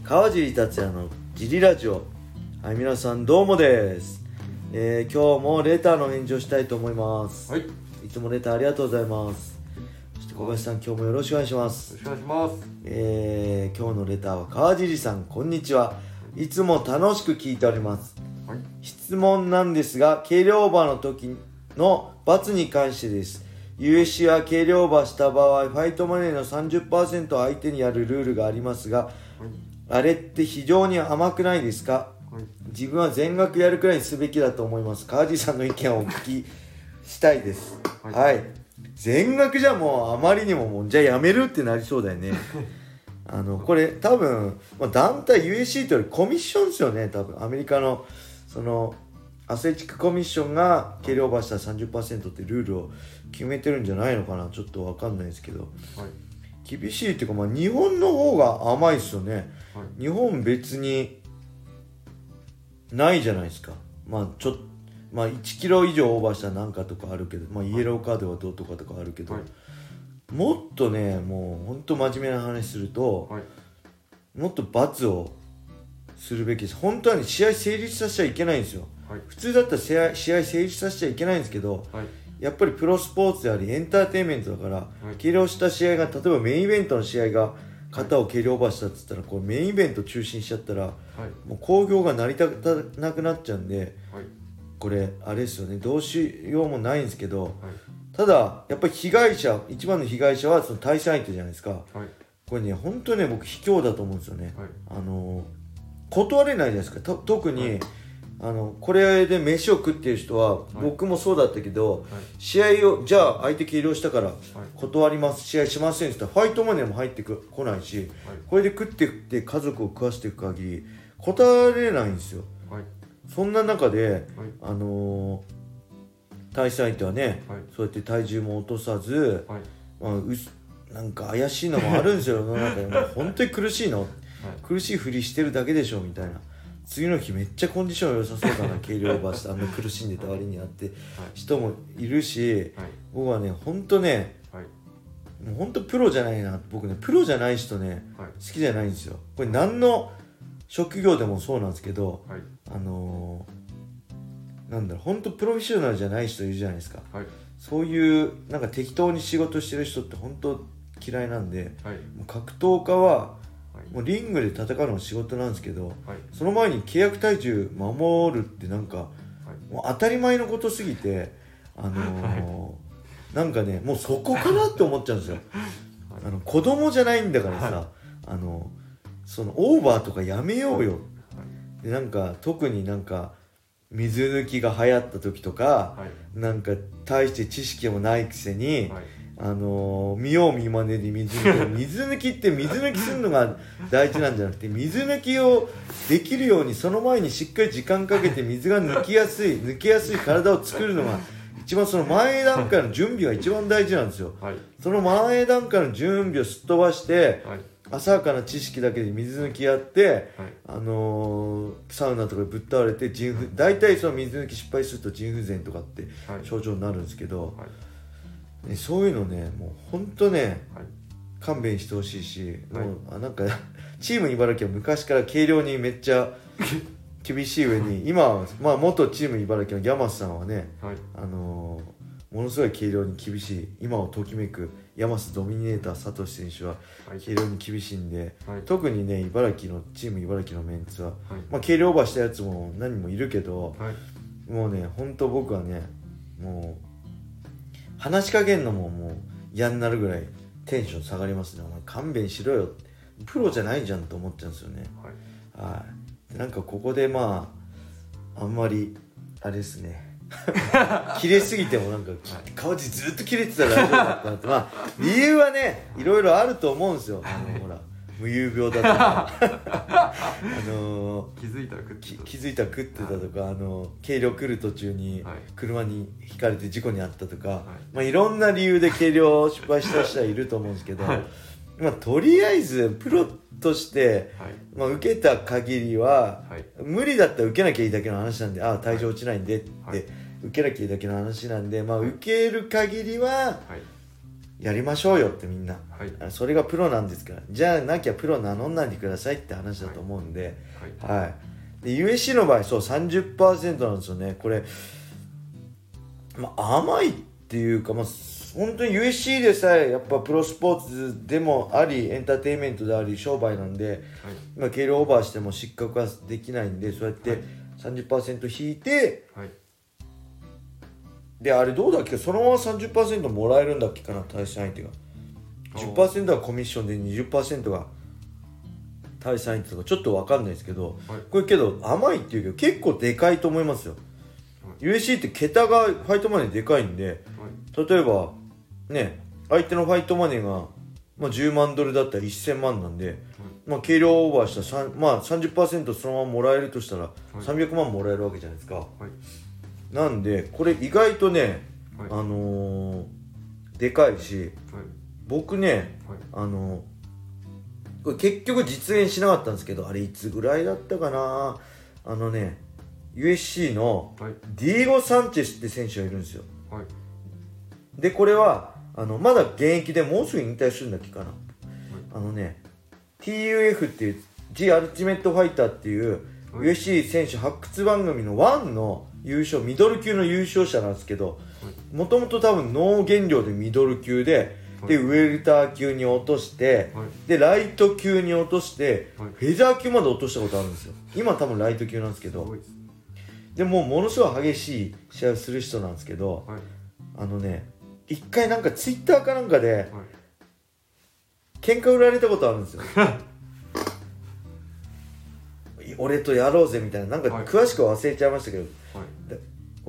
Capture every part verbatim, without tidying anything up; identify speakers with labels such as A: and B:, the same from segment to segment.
A: 川尻達也のジリラジオ。はい、皆さんどうもです、えー、今日もレターの返事をしたいと思います。
B: はい、
A: いつもレターありがとうございます。そして小林さん、今日もよろしくお願いします。
B: よろしくお願いします。
A: えー、今日のレターは川尻さん、こんにちは。いつも楽しく聞いております。
B: はい、
A: 質問なんですが、軽量オーバーの時の罰に関してです。ユーエフシー は軽量オーバーした場合、ファイトマネーの さんじゅっパーセント を相手にやるルールがありますが、
B: はい、
A: あれって非常に甘くないですか？
B: はい、
A: 自分は全額やるくらいにすべきだと思います。川尻さんの意見をお聞きしたいです。はい、はい、全額じゃもうあまりにももうじゃあやめるってなりそうだよね。あのこれ多分、まあ、団体 ユーエフシー というよりコミッションですよね。多分アメリカのそのアスレチックコミッションが軽量オーバーしたら さんじゅっパーセント ってルールを決めてるんじゃないのかな。ちょっと分かんないですけど、
B: はい、
A: 厳しいっていうか、まあ、日本の方が甘いですよね。はい、日本別にないじゃないですか。まあちょっとまあいちキロ以上オーバーしたらなんかとかあるけど、まあイエローカードはどうとかとかあるけど、はい、もっとね、もうほんと真面目な話すると、はい、もっと罰をするべきです。本当はね、試合成立させちゃいけないんですよ。はい、普通だったら試合、試合成立させちゃいけないんですけど、はい、やっぱりプロスポーツでありエンターテインメントだから、はい、軽量した試合が、例えばメインイベントの試合が肩を軽量オーバーしたって言ったら、こうメインイベント中止にしちゃったら、はい、もう興行が成り立たなくなっちゃうんで、はい、これあれですよね、どうしようもないんですけど、はい、ただやっぱり被害者、一番の被害者はその対戦相手じゃないですか。はい、これね、本当にね、僕卑怯だと思うんですよね。はい、あの断れないじゃないですか。と特に、はい、あのこれで飯を食っている人は、はい、僕もそうだったけど、はい、試合をじゃあ相手軽量したから断ります、試合しませんって言ったらファイトマネーも入ってこないし、はい、これで食っていって家族を食わしていく限り断れないんですよ。はい、そんな中で、はい、あのー、対戦相手はね、はい、そうやって体重も落とさず、はい、まあ、うなんか怪しいのもあるんですよ。世の中にもう本当に苦しいの、はい、苦しいふりしてるだけでしょみたいな。次の日めっちゃコンディション良さそうだな、軽量オーバーしてあんな苦しんでた割にあって、はい、人もいるし、はい、僕はね本当ね、はい、もう本当プロじゃないな。僕ねプロじゃない人ね、はい、好きじゃないんですよ。これ何の職業でもそうなんですけど、はい、あのー、なんだろう、本当プロフェッショナルじゃない人いるじゃないですか。はい、そういうなんか適当に仕事してる人って本当嫌いなんで、はい、もう格闘家はもうリングで戦うのが仕事なんですけど、はい、その前に契約体重守るってなんか、はい、もう当たり前のことすぎて、あのーはい、なんかねもうそこかなって思っちゃうんですよ。はい、あの子供じゃないんだからさ、はい、あのそのオーバーとかやめようよ。はい、でなんか特になんか水抜きが流行った時とか、はい、なんか大して知識もないくせに、はい、あのー、見よう見まねで水抜き水抜きって水抜きするのが大事なんじゃなくて、水抜きをできるようにその前にしっかり時間かけて水が抜きやすい抜けやすい体を作るのが一番、その前段階の準備が一番大事なんですよ。はい、その前段階の準備をすっ飛ばして、はい、浅はかな知識だけで水抜きやって、はい、あのー、サウナとかでぶっ倒れて腎不大体その水抜き失敗すると腎不全とかって症状になるんですけど、はい、ね、そういうのねもうほんとね、はい、勘弁してほしいし、はい、もうあなんかチーム茨城は昔から軽量にめっちゃ厳しい上に今は、まあ、元チーム茨城のギャマスさんはね、はい、あのー、ものすごい軽量に厳しい、今をときめくヤマスドミネーターサトシ選手は軽量に厳しいんで、はい、特にね茨城のチーム茨城のメンツは、はい、まあ、軽量オーバーしたやつも何人もいるけど、はい、もうね本当僕はねもう話しかけんのももう嫌になるぐらいテンション下がりますね。お前勘弁しろよ、プロじゃないじゃんと思っちゃうんですよね。はい、はい、なんかここでまああんまりあれですね切れすぎてもなんか川尻ずっと切れてたら大丈夫だったなって、まあ理由はねいろいろあると思うんですよ。あのほら無遊病だとかあのー、
B: 気づいたら食ってた
A: 気づいたら食ってたとか、あのー、軽量来る途中に車にひかれて事故に遭ったとか、はい、まあ、いろんな理由で軽量失敗した人はいると思うんですけど、はい、まあ、とりあえずプロとして、はい、まあ、受けた限りは、はい、無理だったら受けなきゃいいだけの話なんで、ああ体重落ちないんでって、はい、受けなきゃいいだけの話なんで、まあ、受ける限りは、はい、 やりましょうよってみんな、
B: はい、
A: それがプロなんですから、じゃあなきゃプロ名乗んないでくださいって話だと思うんで、はい、はい、で ユーエスシー の場合そう さんじゅっパーセント なんですよね。これ、まあ、甘いっていうか、まあ、本当に ユーエスシー でさえやっぱプロスポーツでもありエンターテインメントであり商売なんで、はい、まあ、軽量オーバーしても失格はできないんで、そうやって さんじゅっパーセント 引いて、はい、であれどうだっけ、そのまま さんじゅっパーセント もらえるんだっけかな、対戦相手が じゅっパーセント はコミッションで にじゅっパーセント が対戦相手とかちょっと分かんないですけど、はい、これけど甘いっていうけど結構でかいと思いますよ、はい、ユーエフシー って桁がファイトマネーでかいんで、はい、例えばね相手のファイトマネーが、まあ、じゅうまんドルだったらせんまんなんで、はい、まあ、軽量オーバーしたら、まあ、さんじゅっパーセント そのままもらえるとしたらさんびゃくまんもらえるわけじゃないですか、はい、なんでこれ意外とね、はい、あのー、でかいし、はい、僕ね、はい、あのー、これ結局実現しなかったんですけど、あれいつぐらいだったかな、あのね ユーエフシー のディエゴ・サンチェスって選手がいるんですよ、はい、でこれはあのまだ現役でもうすぐ引退するんだっけかな、はい、あのね ティーユーエフ っていう The Ultimate Fighter っていう、はい、ユーエフシー 選手発掘番組のワンの優勝、ミドル級の優勝者なんですけど、もともと多分脳減量でミドル級で、はい、でウェルター級に落として、はい、でライト級に落として、はい、フェザー級まで落としたことあるんですよ。今多分ライト級なんですけど、でもものすごい激しい試合をする人なんですけど、はい、あのね一回なんかツイッターかなんかで、はい、喧嘩売られたことあるんですよ俺とやろうぜみたいな、なんか詳しくは忘れちゃいましたけど、はい、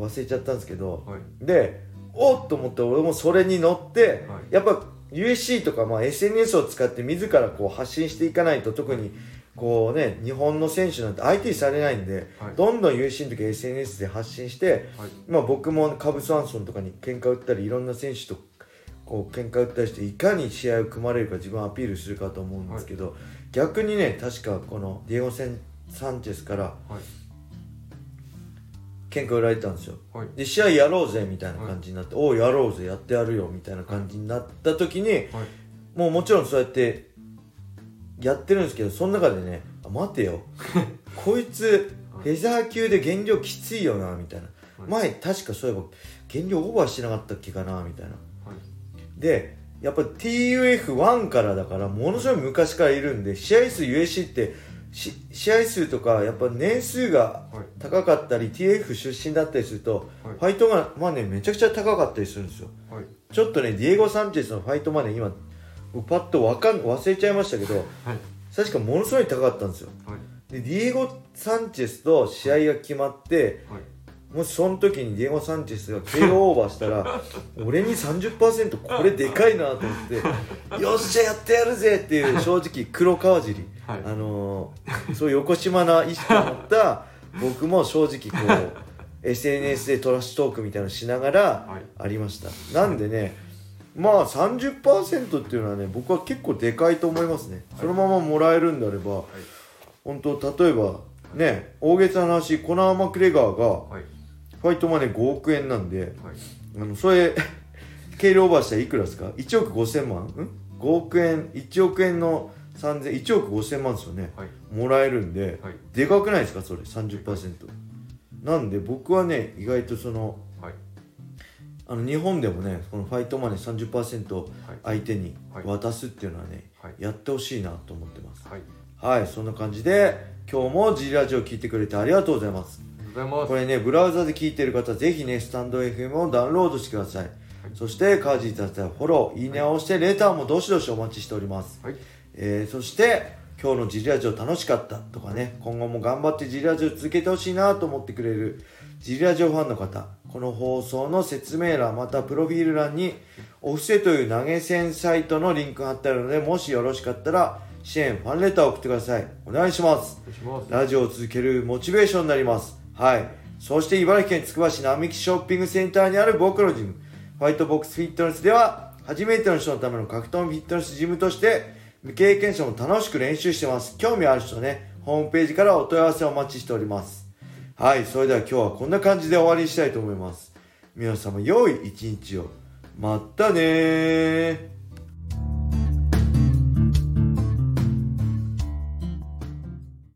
A: 忘れちゃったんですけど、はい、でおっと思って俺もそれに乗って、はい、やっぱ ユーエフシー とか、まあ、エスエヌエス を使って自らこう発信していかないと、特にこうね日本の選手なんて相手にされないんで、はい、どんどん ユーエフシー の時は エスエヌエス で発信して、はい、まあ、僕もカブス・ワンソンとかに喧嘩売ったりいろんな選手とこう喧嘩売ったりしていかに試合を組まれるか自分をアピールするかと思うんですけど、はい、逆にね確かこのディエゴ・サンチェスから、はい、喧嘩売られたんですよ、はい、で試合やろうぜみたいな感じになって、はい、おうやろうぜやってやるよみたいな感じになった時に、はい、もうもちろんそうやってやってるんですけど、その中でねあ待てよこいつフェザー級で減量きついよなみたいな、はい、前確かそういえば減量オーバーしてなかったっけかなみたいな、はい、でやっぱ ティーユーエフワン からだからものすごい昔からいるんで、試合数 ユーエフシー ってし試合数とかやっぱ年数が高かったり、はい、ティーエフ 出身だったりすると、はい、ファイトがマネーめちゃくちゃ高かったりするんですよ、はい、ちょっとねディエゴ・サンチェスのファイトマネー今パッとわかん忘れちゃいましたけど、はい、確かものすごい高かったんですよ、はい、でディエゴ・サンチェスと試合が決まって、はい、もしその時にディエゴ・サンチェスが ケーオー オーバーしたら俺に さんじゅっパーセント これでかいなと思ってよっしゃやってやるぜっていう正直黒川尻、はい、あのー、そういう横島な意識を持った僕も正直こうエスエヌエス でトラッシュトークみたいなのしながらありました、はい、なんでねまあ さんじゅっパーセント っていうのはね僕は結構でかいと思いますね、はい、そのままもらえるんであれば、はい、本当例えばね大げさな話コナー・マクレガーがファイトマネーごおくえんなんで、はい、あのそれ軽量オーバーしたらいくらですか、いちおくごせんまんんごおくえんいちおくえんのさんぜんいちおくごせんまんですよね、はい、もらえるんで、はい、でかくないですかそれ さんじゅっパーセント、はい、なんで僕はね意外とその、はい、あの日本でもねこのファイトマネー さんじゅっパーセント 相手に渡すっていうのはね、はい、やってほしいなと思ってます、はい、はい、そんな感じで今日も G ラジオ聞いてくれてありがとうございます。これねブラウザで聞いてる方ぜひねスタンド エフエム をダウンロードしてください、はい、そしてカージーたちはフォローいいねを押してレターもどしどしお待ちしております、はい、えー、そして今日の G ラジオ楽しかったとかね今後も頑張って G ラジオ続けてほしいなと思ってくれる G ラジオファンの方、この放送の説明欄またプロフィール欄にお布施という投げ銭サイトのリンクが貼ってあるので、もしよろしかったら支援ファンレターを送ってください。お願いします。ラジオを続けるモチベーションになります。はい。そして茨城県つくば市並木ショッピングセンターにある僕のジムファイトボックスフィットネスでは初めての人のための格闘フィットネスジムとして未経験者も楽しく練習してます。興味ある人ねホームページからお問い合わせをお待ちしております。はい。それでは今日はこんな感じで終わりにしたいと思います。皆様良い一日を。 まったねー。